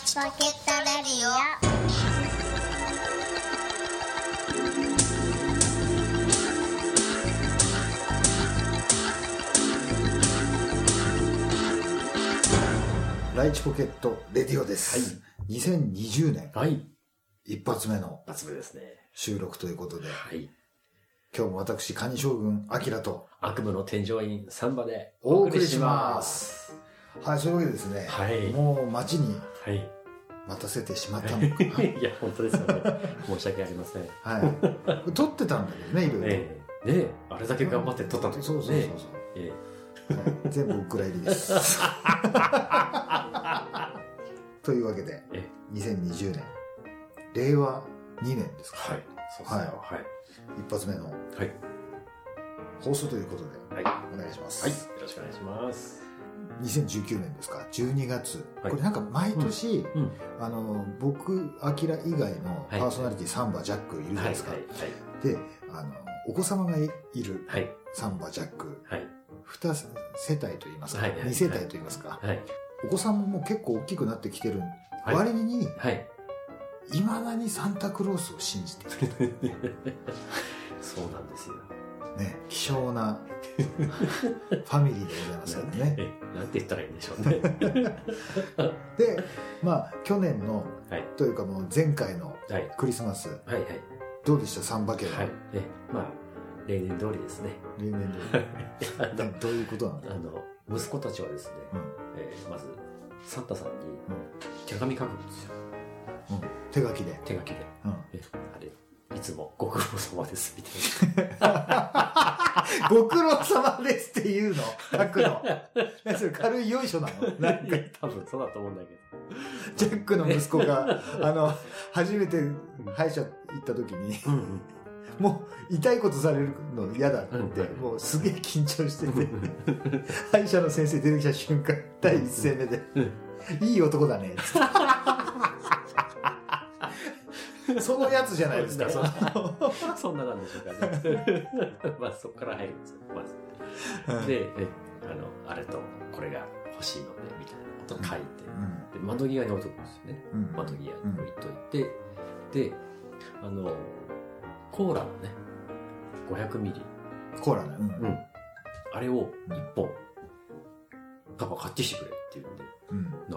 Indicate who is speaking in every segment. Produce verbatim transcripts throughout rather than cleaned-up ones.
Speaker 1: チポケットレディ
Speaker 2: オライチポケットレディオです。はい、にせんにじゅうねん、はい、一発目の収録ということで、はい、今日も私カニ将軍アキラと
Speaker 3: 悪夢の添乗員サンバで
Speaker 2: お送りします。はい、そういうわけでですね、はい、もう待ちに待たせてしまったのかな、
Speaker 3: はい、いや本当ですよね。申し訳ありません。
Speaker 2: はい、撮ってたんだけどね、いろいろ、え
Speaker 3: ー、ね、あれだけ頑張って撮ったんですよね。そうそうそうそう、
Speaker 2: えーはい、全部お蔵入りですというわけでにせんにじゅうねんれいわにねんですか。
Speaker 3: はい、そうですよ、はい、
Speaker 2: 一発目の放送ということで、はい、お願いします。
Speaker 3: はい、よろしくお願いします。
Speaker 2: にせんじゅうきゅうねんですか、じゅうにがつ、はい、これなんか毎年、うんうん、あの僕アキラ以外のパーソナリティ、サンバジャックいるじゃないですか、はいはいはい、であのお子様がいるサンバジャック、はい、に世帯といいますか、はいはいはい、に世帯といいますか、はい、お子さんももう結構大きくなってきてる割に、はい、いまだにサンタクロースを信じている
Speaker 3: そうなんですよ
Speaker 2: ね、希少なファミリーでございますよね。
Speaker 3: なんて言ったらいいんでしょうね
Speaker 2: で、まあ去年の、はい、というかもう前回のクリスマス、はいはいはい、どうでした、サンバ家は。はい、
Speaker 3: えまあ例年通りですね。
Speaker 2: 例年通りどういうことなんだ。
Speaker 3: あの息子たちはですね、うんえー、まずサンタさんに手紙書くんですよ、
Speaker 2: うん、手書きで
Speaker 3: 手書きで、うん、えあれいつもご苦労様ですみたいな
Speaker 2: ご苦労様ですっていうの書くのそれ軽いよいしょなの。なんか
Speaker 3: 多分そうだと思うんだけど、
Speaker 2: ジャックの息子があの初めて歯医者行った時に、うん、うん、もう痛いことされるの嫌だって、うん、もうすげえ緊張してて歯医者の先生出てきた瞬間第一声目で「いい男だね」っつってそのやつじゃないですか。そ,
Speaker 3: そんななんでしょうかねまあそこから入るんですよまず、うん、でえあのあれとこれが欲しいのでみたいなことを書いて、うん、で窓際に置いとくんですよね、うん、窓際に置いといて、うん、であのコーラのねごひゃくミリ
Speaker 2: コーラね、うんうん、
Speaker 3: あれをいっぽんパパ買ってきてくれって言うんで、うん、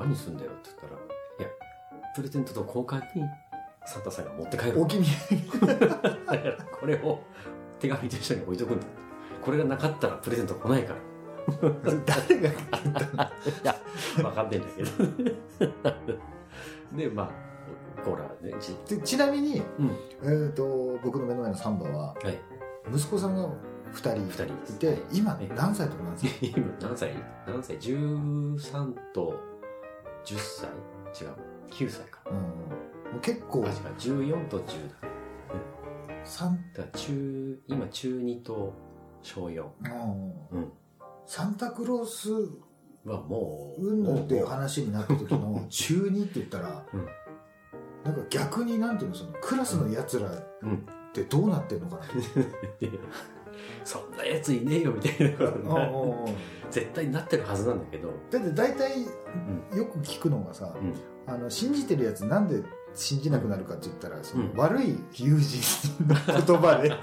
Speaker 3: 何すんだよって言ったら、いやプレゼントと交換にサンタさんが持って帰る。
Speaker 2: お気に入り
Speaker 3: これを手紙と一緒に置いとくんだ。これがなかったらプレゼント来ないから
Speaker 2: 誰が言ったのい
Speaker 3: や分かんないんだけどでまあコーラね
Speaker 2: ち, ちなみに、うんえー、と僕の目の前のサンバは、はい、息子さんがふたりいて、はい、今何歳と何歳
Speaker 3: 今何歳何歳じゅうさんとじゅっさい違うきゅうさいか、うん、も
Speaker 2: う結構
Speaker 3: あ違うじゅうよんとじゅうだ、
Speaker 2: うん、サン
Speaker 3: だ中今中にと小よん、うん、
Speaker 2: サンタクロース
Speaker 3: はもう
Speaker 2: うんぬんっていう話になった時の中にって言ったら、うん、なんか逆になんていうのそのクラスのやつらってどうなってんのかな、うん、
Speaker 3: そんなやついねえよみたいなこと絶対になってるはずなんだけど、
Speaker 2: だって大体よく聞くのがさ、うん、あの信じてるやつなんで信じなくなるかって言ったら、その悪い友人の言葉ではい、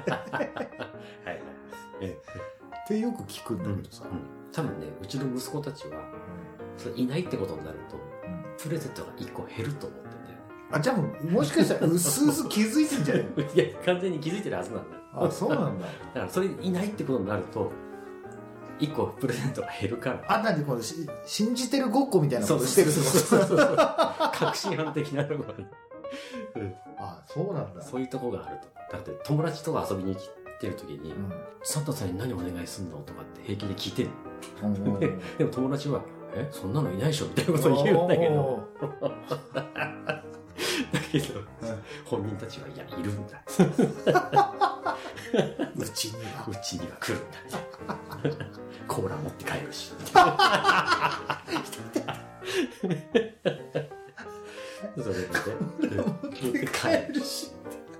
Speaker 2: えってよく聞くんだけどさ、うんうん、
Speaker 3: 多分ねうちの息子たちは、うん、それいないってことになると、うん、プレゼントがいっこ減ると思ってんだよね。
Speaker 2: あ、じゃあもうもしかしたらうすうす気づいてんじゃないの
Speaker 3: いや完全に気づいてるはずなんだ。
Speaker 2: あ、そうなんだだ
Speaker 3: からそれいないってことになるといっこプレゼントが減るから、
Speaker 2: あんなにこの信じてるごっこみたいなことしてるってこと
Speaker 3: 確信犯的なところに
Speaker 2: うん、あ、そうなんだ。
Speaker 3: そういうとこがあると。だって友達と遊びに来てる時に、うん、サンタさんに何お願いすんのとかって平気で聞いてるでも友達はえそんなのいないでしょみたいなことを言うんだけどだけど、うん、本人たちはいやいるんだ
Speaker 2: うちには
Speaker 3: うちには来るんだコーラ持って帰るしそれで持って帰るし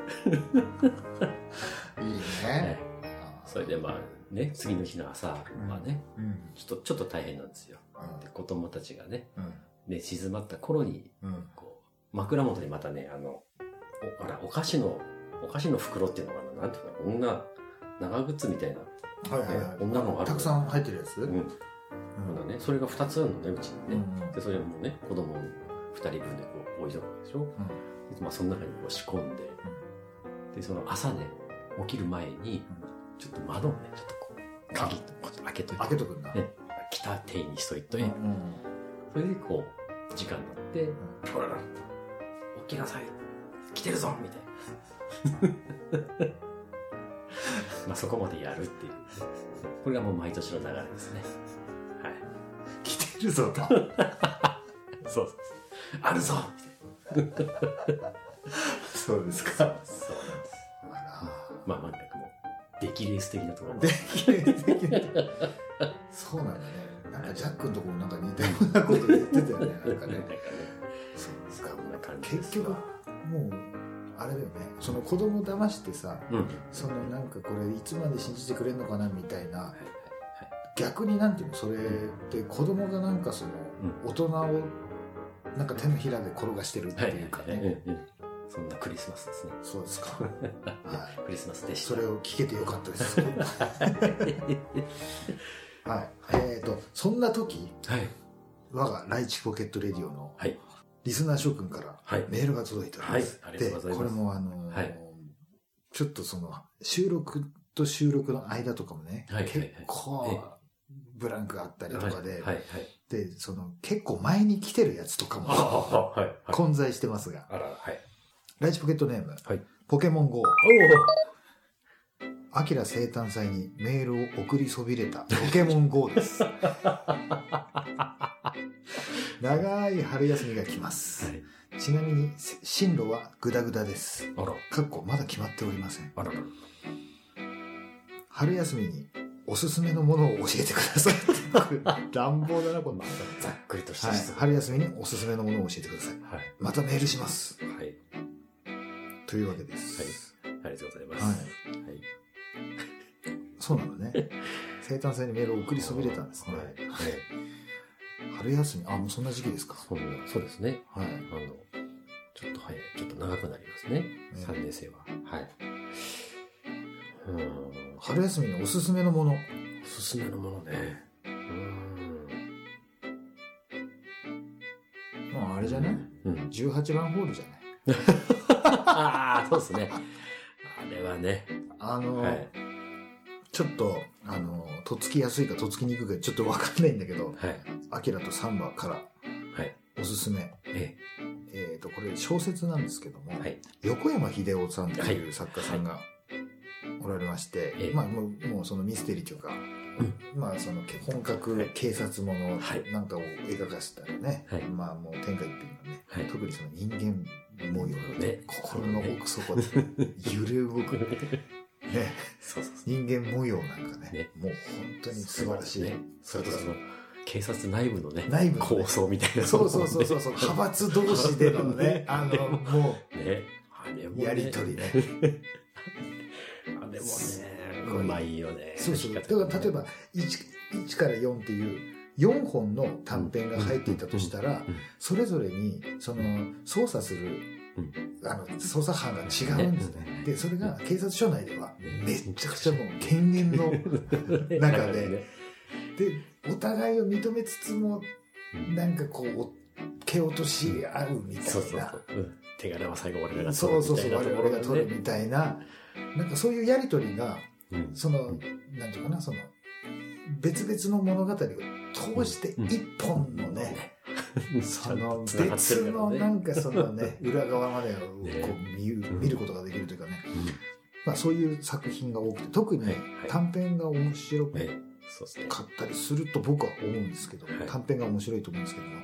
Speaker 2: いいね、
Speaker 3: それでまあね次の日の朝はね、うん、ちょっとちょっと大変なんですよ、うん、で子供たちがね、うん、寝静まった頃に、うん、こ枕元にまたね、あの、お、ほら、お菓子の、お菓子の袋っていうのかな、なんていうか、女、長靴みたいな。
Speaker 2: はいはいはい。
Speaker 3: 女のがある。
Speaker 2: たくさん入ってるやつ？うん。
Speaker 3: うん、ね、それがふたつあるのね、うちにね。うんうん、で、それもね、子供ふたりぶんでこう置いとくわけでしょ。うん、まあ、その中にこう仕込んで、うん、で、その朝ね、起きる前に、ちょっと窓をね、ちょっとこう、鍵と開けといて。
Speaker 2: 開けとくんだ。
Speaker 3: ね、来た手にしといて、うんうん、それでこう、時間になって、うん、ほらら、起きなさい、来てるぞみたいな。まあそこまでやるっていう。これがもう毎年の流れですね。はい。
Speaker 2: 来てるぞと。
Speaker 3: そうそう。あるぞみたいな。
Speaker 2: そうですか。
Speaker 3: そうなんです。まあまあ、もう、出来レース的なところ。
Speaker 2: 出来レース的なところ。そうなんだね。なんかジャックのところなんか似たようなこと言ってたよね。なんかね。なんかね。そうですか。こんな感じです。結局、もう、あれだよね、その子供騙してさ、うん、そのなんかこれいつまで信じてくれるのかなみたいな、はいはいはい、逆になんていうの、それって子供がなんかその、大人をなんか手のひらで転がしてるっていうかね、はいはいはいはい、
Speaker 3: そんなクリスマスですね。
Speaker 2: そうですか。はい、
Speaker 3: クリスマスでした。
Speaker 2: それを聞けてよかったです。はい。えっとそんな時、はい、我がライチポケットレディオの、はい、リスナー諸君からメールが届いております。
Speaker 3: はい、ありがとうございます。
Speaker 2: で、これもあのーはい、ちょっとその収録と収録の間とかもね、はい、結構ブランクがあったりとかで、はいはいはい、で、その結構前に来てるやつとかもはいはい、混在してますが、あら、はい、ライチポケットネーム、はい、ポケモン ゴー。アキラ生誕祭にメールを送りそびれたポケモン ゴー です。長い春休みが来ます、はい、ちなみに進路はグダグダです。あら、かっこまだ決まっておりません。あらら、春休みにおすすめのものを教えてください。乱暴だなこの
Speaker 3: ざっくりとした、
Speaker 2: はい、春休みにおすすめのものを教えてください、はい、またメールします、はい、というわけです、
Speaker 3: はい、ありがとうございます、はいはい、
Speaker 2: そうなのね。生誕祭にメールを送りそびれたんですね、はいはい、春休み、あ、もうそんな時期ですか。
Speaker 3: そう、そうですね。はい。あの、ちょっと早い、ちょっと長くなりますね。ね、さんねん生は。はい。
Speaker 2: うん。春休みのおすすめのもの。
Speaker 3: おすすめのものね。うん。
Speaker 2: まあ、あれじゃない、うん、じゅうはちばんホールじゃない。
Speaker 3: ああ、そうですね。あれはね。
Speaker 2: あの、はい、ちょっと、あの、とっつきやすいかとっつきにくいかちょっとわかんないんだけど、はい、アキラとサンバからおすすめ、はい、えええー、とこれ小説なんですけども、はい、横山秀夫さんという作家さんがおられまして、はい、まあ、もう、もうそのミステリーというか、うん、まあその本格警察ものなんかを描かせたらね、はい、まあもう天下一品のね、はい、特にその人間模様のね、心の奥底で揺れ動くね、そうそうそう、人間模様なんか ね, ねもう本当に素晴らしい、ね、
Speaker 3: それとその警察内部のね、内部のね構想みたいな、ね、
Speaker 2: そうそうそうそうそう、派閥同士でのね、あのもう、ね、
Speaker 3: あれもね、
Speaker 2: やりとりね、
Speaker 3: あれもね、うまいよね。
Speaker 2: そうそう、だから例えば 1, いちからよんっていうよんほんの短編が入っていたとしたら、それぞれにその捜査するあの捜査班が違うんですね。で、それが警察署内ではめちゃくちゃもう権限の中で、で、お互いを認めつつも、なんかこう、蹴落とし合うみたいな。そうそうそう、うん、
Speaker 3: 手柄は最後我々が
Speaker 2: 取るみたいな。そうそうそう、我々が取るみたいな、なんかそういうやりとりが、うん、その、うん、なんていうかな、その、別々の物語を通して一本のね、うん、その別のなんかそのね、裏側までをこう 見, ね、見ることができるというかね、うん、まあそういう作品が多くて、特に短編が面白くかったりすると僕は思うんですけど、はい、短編が面白いと思うんですけども、はい、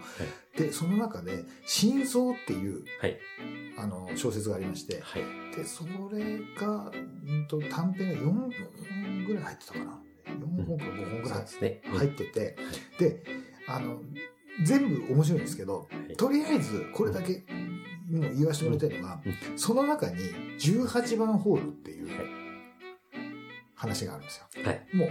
Speaker 2: で、その中で真相っていう、はい、あの小説がありまして、はい、で、それが、うんと、短編がよんほんぐらい入ってたかな。よんほんかごほんぐらい入ってて、うん、で、で、あの、全部面白いんですけど、はい、とりあえずこれだけもう言わせてもらいたいのが、うん、その中にじゅうはちばんホールっていう話があるんですよ。はい、もう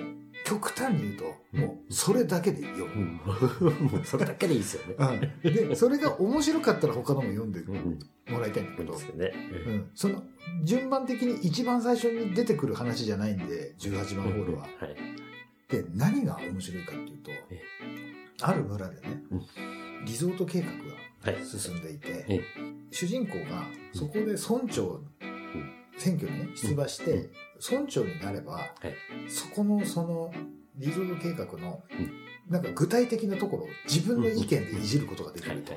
Speaker 2: 極端に言うと、もうそれだけで読む。
Speaker 3: もうそれだけでいいですよね。
Speaker 2: うん、で、それが面白かったら他のも読んでもらいたいんだけど、
Speaker 3: うんね
Speaker 2: うん、その順番的に一番最初に出てくる話じゃないんで、じゅうはちばんホールは。
Speaker 3: はい、
Speaker 2: で、何が面白いかっていうと、ある村でね、リゾート計画が進んでいて、はい、主人公がそこで村長、選挙にね、出馬して、村長になれば、はい、そこのそのリゾート計画のなんか具体的なところを自分の意見でいじることができると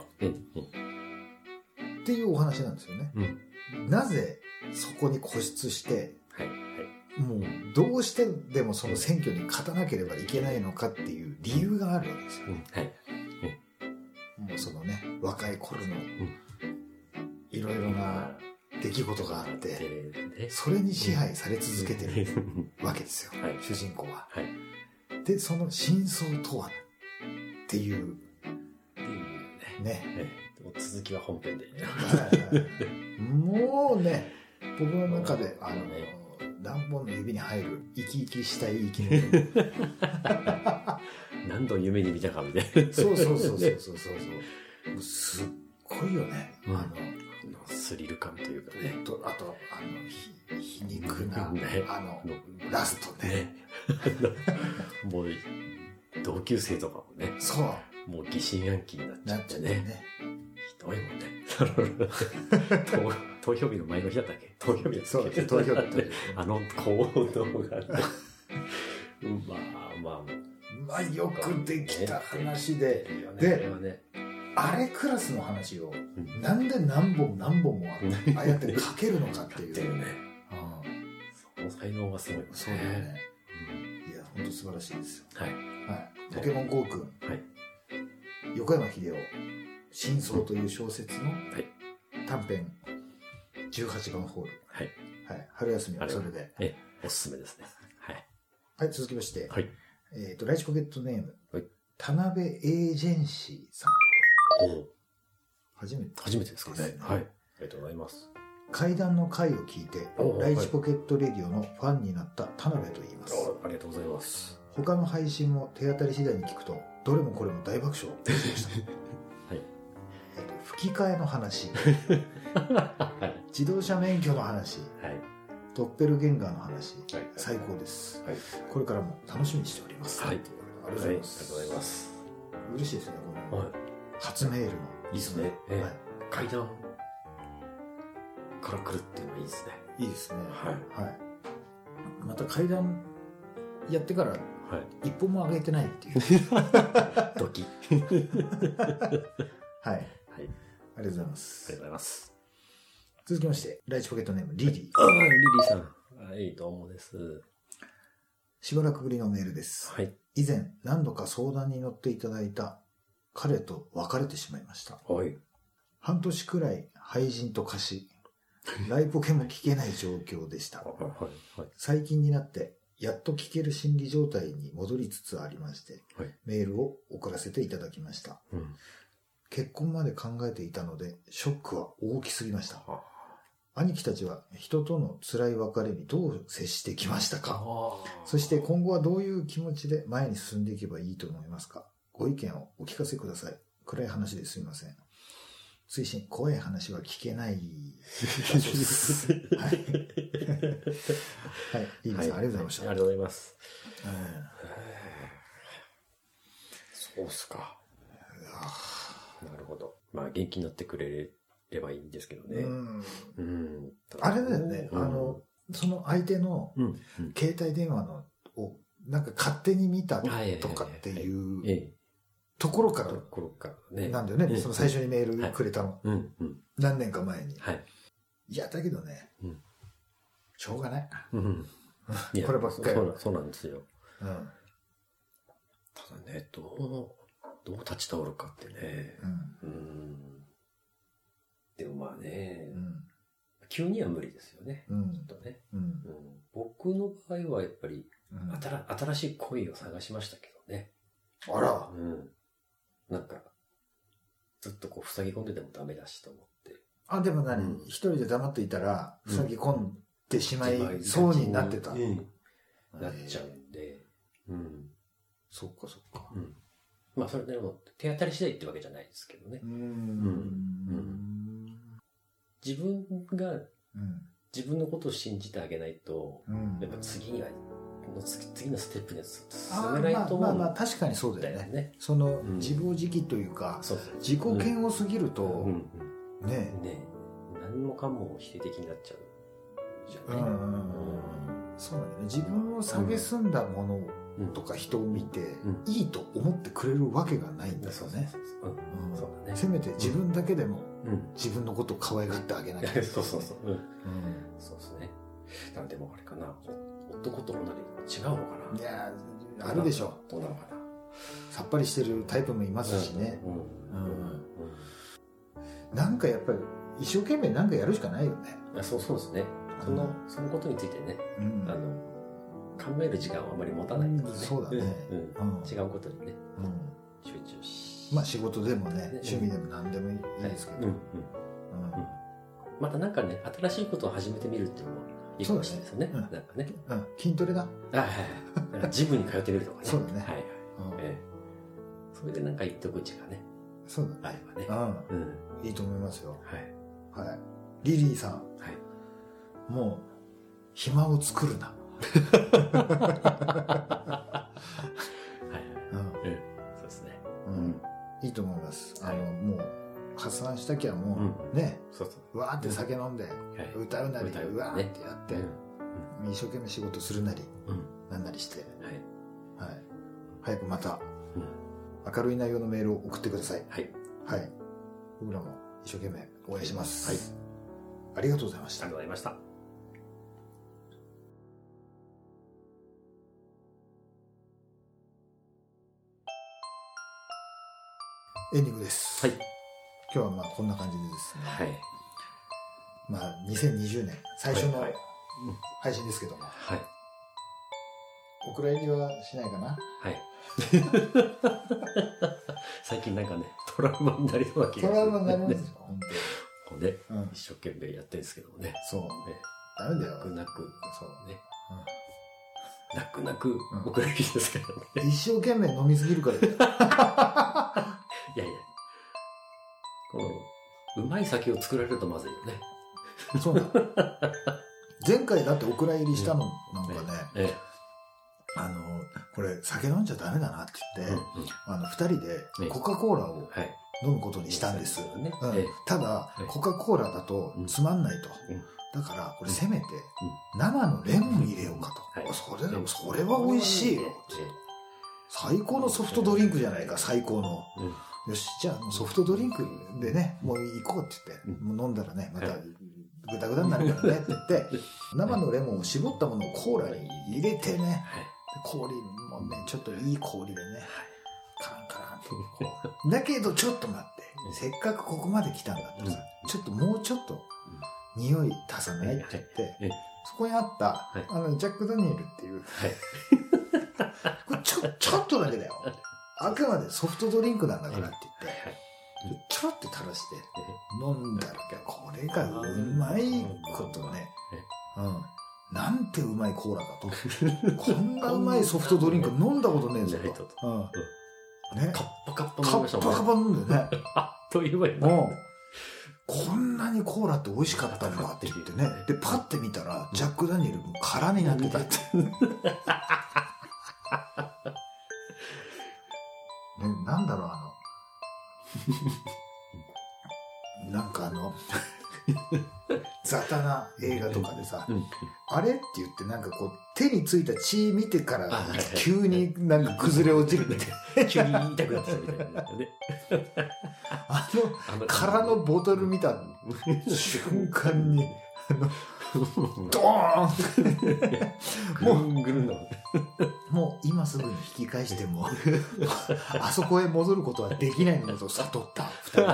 Speaker 2: っていうお話なんですよね。うん、なぜそこに固執して、はいはい、もうどうしてでもその選挙に勝たなければいけないのかっていう理由があるわけですよね。はい、もうそのね、若い頃のいろいろな出来事があって、それに支配され続けてるわけですよ、はい、主人公は、はい。で、その真相とはっていう、っていう
Speaker 3: ね。ね。続きは本編で。
Speaker 2: もうね、僕の中で、あのね、何本の指に入る生き生きしたい生き物。
Speaker 3: 何度夢に見たかみたいな。
Speaker 2: そうそうそうそうそうそう。すっごいよね。うん、あの
Speaker 3: スリル感というかね。
Speaker 2: とあと、あの、皮肉な、ね、あの、ラストね。ね
Speaker 3: もう、同級生とかもね。
Speaker 2: そう。
Speaker 3: もう疑心暗鬼になっちゃってね。ねひどいもんね。投票日の前の日だったっけ投票日だったっけ
Speaker 2: そうです、投票日だったっけ
Speaker 3: あの行動がね。まあまあ、
Speaker 2: まあよくできた話で。で、あれクラスの話を、なんで何本何本もああやって書けるのかっていう。ね。
Speaker 3: その才能がすごい。
Speaker 2: そうだよね。いや、本当素晴らしいですよ。はい。はい。ポケモン ゴー 君。はい。横山秀夫、真相という小説の短編じゅうはちばんホール。はい。はい。春休みはそれで。
Speaker 3: え、おすすめですね。はい。
Speaker 2: はい、続きまして。はい。えっと、ライチポケットネーム。はい。田辺エージェンシーさん。お初めて。
Speaker 3: 初めてですかね。はい。ありがとうございます。
Speaker 2: 怪談の回を聞いて、ライチポケットレディオのファンになった田辺と言います。
Speaker 3: ありがとうございます。
Speaker 2: 他の配信も手当たり次第に聞くと、どれもこれも大爆笑しました。はい。えっと、吹き替えの話。自動車免許の話。はい。ドッペルゲンガーの話。はい。最高です。はい。これからも楽しみにしております。はい。ありがとうございます。
Speaker 3: ありがとうございます。
Speaker 2: 嬉しいですね、この。はい。初メールの。
Speaker 3: いいですね。はい。階段から来るっていうのはいいですね。
Speaker 2: いいですね。はい。はい。また階段やってから、一本も上げてないっていう。
Speaker 3: ドキ。
Speaker 2: はい。はい。ありがとうございます。
Speaker 3: ありがとうございます。
Speaker 2: 続きまして、ライチポケットネーム、リリー。
Speaker 3: ああ、リリーさん。はい、どうもです。
Speaker 2: しばらくぶりのメールです。はい。以前、何度か相談に乗っていただいた彼と別れてしまいました。はい。半年くらい廃人と化し、ライポケも聞けない状況でした。はいはいはい、最近になって、やっと聞ける心理状態に戻りつつありまして、はい、メールを送らせていただきました、うん。結婚まで考えていたので、ショックは大きすぎました。兄貴たちは人との辛い別れにどう接してきましたか？そして今後はどういう気持ちで前に進んでいけばいいと思いますか？ご意見をお聞かせください。暗い話ですみません。推進、怖い話は聞けない場所です。はい。はい。いいですね。ありがとうございました。
Speaker 3: ありがとうございます。そうっすか。なるほど。まあ、元気になってくれればいいんですけどね。うん。うん、
Speaker 2: あれだよね。うん、あの、その相手の携帯電話のをなんか勝手に見たとかっていうところから、ところからね。なんだよね。その最初にメールくれたの。うんうん、何年か前に。はい。いや、だけどね、うん、しょうがない。うん、こればっかり
Speaker 3: そう。そうなんですよ。うん。ただね、どう、どう立ち直るかってね。うん。うん、でもまあね、うん、急には無理ですよね。うん、きっとね、うんうん。僕の場合はやっぱり、うん、新, 新しい恋を探しましたけどね。
Speaker 2: あら。
Speaker 3: うん。なんか、ずっとこう塞ぎ込んでてもダメだしと思って。
Speaker 2: あ、でも何、うん、一人で黙っていたら、塞ぎ込んでしまいそうになってた。うん、
Speaker 3: なっちゃうんで、
Speaker 2: うん。そっかそっか。うん。
Speaker 3: まあそれでも手当たり次第ってわけじゃないですけどね。うん。うん。自分が、うん、自分のことを信じてあげないと、うん、やっぱ次には、次のステップに進めないと思う。
Speaker 2: まあまあまあ確かにそうだよね。ねその、うん、自暴自棄というか、そうそう自己嫌悪すぎると、うんうん、ねえ。ね
Speaker 3: え。何もかも否定的になっちゃう。じゃね。うん。
Speaker 2: そうなんだよね。自分を蔑んだものを、とか人を見て、うん、いいと思ってくれるわけがないんですよね。せめて自分だけでも、うん、自分のことを可愛がってあげなきゃいけない、ね。そうそうそう。うん。うん、
Speaker 3: そうですね。だからでもあれかな、男と女で違うのかな。
Speaker 2: いやあるでしょ。
Speaker 3: どうなのかな。
Speaker 2: さっぱりしてるタイプもいますしね。うん。うんうん、なんかやっぱり一生懸命なんかやるしかないよね。
Speaker 3: いやそうそうですね。その、そのことについてね、うん、あの、考える時間はあまり持たないですね、うん、
Speaker 2: そうだね、
Speaker 3: うんうん、違うことにね、うん、集中し
Speaker 2: まあ仕事でもね、趣味でも何でもいいですけど、はいうんうん
Speaker 3: うん、またなんかね新しいことを始めてみるっていうのもいいかもしれないですよね、うん、なんかね、
Speaker 2: うん、筋トレだ
Speaker 3: あはいはいジムに通ってみるとかね
Speaker 2: そうだね
Speaker 3: はいはい、うんえー、それでなんか言っとくうちがね
Speaker 2: そうだね
Speaker 3: あればね、
Speaker 2: うんうん、いいと思いますよはい、はい、リリーさん、はい、もう暇を作るなはい、うん、
Speaker 3: そうですね。
Speaker 2: うん、いいと思います。あの、もう発散したきゃもうね、そうそう、わーって酒飲んで歌うなり、うわーってやって、一生懸命仕事するなり、なんなりして、はい、はい、早くまた明るい内容のメールを送ってください。はい、はい、僕らも一生懸命応援します。はい、ありがとうございました。
Speaker 3: ありがとうございました。
Speaker 2: エンディングです。はい。今日はまあこんな感じでですね。はい。まあにせんにじゅうねん最初の配信ですけども。はい。お蔵入りはしないかな。はい。
Speaker 3: 最近なんかねトラウマになりそうな気がする。
Speaker 2: トラウマになりますよ本
Speaker 3: 当。こうね、うん、一生懸命やってるんですけどもね。
Speaker 2: そう。ね。ダメだよ。
Speaker 3: 泣く泣く。そうね。うん、泣く泣くお蔵入りですけどね。
Speaker 2: 一生懸命飲みすぎるからだよ。
Speaker 3: いやいや、このうまい酒を作られるとまずいよね。
Speaker 2: そうなの。前回だってお蔵入りしたのなんかね、うんええ、あのこれ酒飲んじゃダメだなって言って、うんうん、あのふたりでコカ・コーラを飲むことにしたんです。ねうんええ、ただ、ええ、コカ・コーラだとつまんないと。うんだからこれせめて生のレモン入れようかと。うんはい、それでもそれは美味しいよ。最高のソフトドリンクじゃないか最高の。うんよし、じゃあソフトドリンクでね、もう行こうって言って、うん、もう飲んだらね、またグダグダになるからねって言って、生のレモンを絞ったものをコーラに入れてね、氷もね、ちょっといい氷でね、カランカランと。だけどちょっと待って、せっかくここまで来たんだったらさ、ちょっともうちょっと匂い足さないって言って、そこにあった、あの、ジャック・ダニエルっていう、これちょ、ちょっとだけだよ。あくまでソフトドリンクなんだからって言って、はい、ちょっと垂らして飲んだらこれがうまいことね、うん、なんてうまいコーラだとこんなうまいソフトドリンク飲んだことねえぞと、うんね、
Speaker 3: カッパカッパ
Speaker 2: 飲んでカッパカッパ飲んでね
Speaker 3: あっという間に、うん、
Speaker 2: こんなにコーラって美味しかったんだって言ってねでパッて見たらジャック・ダニエルも空になってたってね、なんだろうあのなんかあの雑多な映画とかでさ、うん、あれって言ってなんかこう手についた血見てから急になんか崩れ落ちるみたいな
Speaker 3: 急に痛くなってたみたいなね
Speaker 2: あの空のボトル見た瞬間にあのドーンもうぐるんだもう今すぐに引き返してもあそこへ戻ることはできないのだと悟ったふた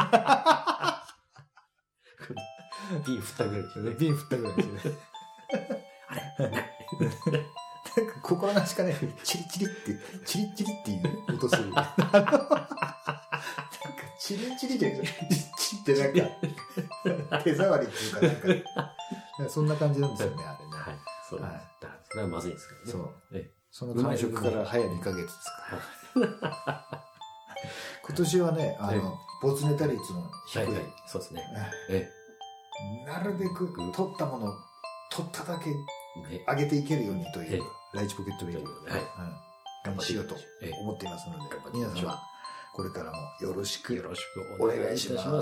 Speaker 3: り瓶振ったぐらいですね
Speaker 2: 瓶振ったぐらいですねあれなんか心なしかねチリチリってチリチリっていう音するなんかチリチリでチリってなんか手触りっていうかなんかそんな感じなんですよね、あれね。はい。
Speaker 3: そう。はい、だからそれはまずいですからね。そう。え
Speaker 2: その感触から早にかげつですか。今年はね、あの、没ネタ率の低い。はいはい、
Speaker 3: そうですね。
Speaker 2: ええ、なるべく取ったもの、取っただけ上げていけるようにという、ライチポケットレディオで、はい、頑張ってしようと思っていますので、皆様、これからもよろしくよろしくお願いします。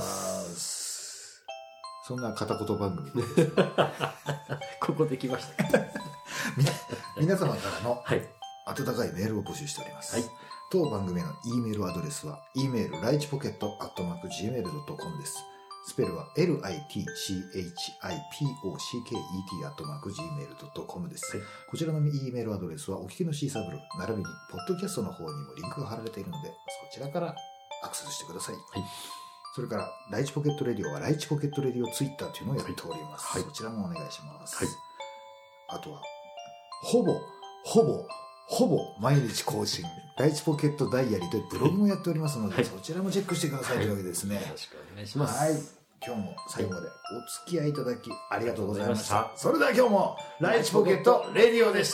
Speaker 2: そんな片言番組で
Speaker 3: ここできました。
Speaker 2: 皆様からの温かいメールを募集しております。はい、当番組の E メールアドレスは e メールライチポケットアットマーク ジーメールドットコム です。スペルは エルアイティーシーエイチアイピーオーシーケーイーティー アットマーク ジーメールドットコム です。はい、こちらの E メールアドレスはお聞きのシーサーブログ並びにポッドキャストの方にもリンクが貼られているので、そちらからアクセスしてください。はい、それからライチポケットレディオはライチポケットレディオツイッターというのをやっております。はい、そちらもお願いします。はい、あとはほぼほぼほぼ毎日更新ライチポケットダイアリーというブログもやっておりますので、はい、そちらもチェックしてくださいというわけですね。はい、よろしくお願いします。はい、今日も最後までお付き合いいただきありがとうございました。それでは今日もライチポケットレディオでした。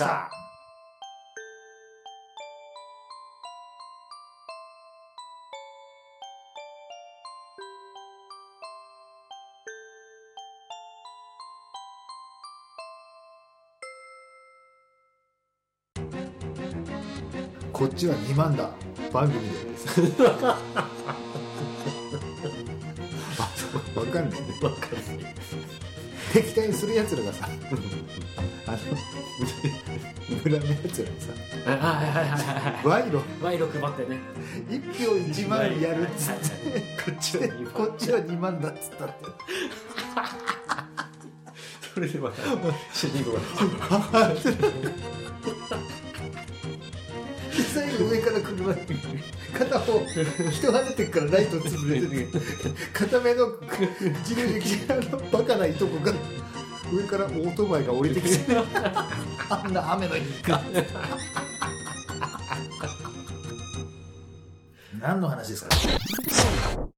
Speaker 2: こっちはにまんだ番組ですあ、分かんないね。分かんない。敵対するやつらがさあの村のやつらにさ
Speaker 3: はいはいはいはい
Speaker 2: 賄賂
Speaker 3: 賄賂配ってね
Speaker 2: いっぴょういちまんやるっつってこっちはこっちはにまんだっつったって
Speaker 3: それでまた主人公が
Speaker 2: 最後上から車に片方人跳ねてっからライト潰れてて片目の自動的なバカないとこが上からオートバイが降りてきてあんな雨の日か何の話ですか。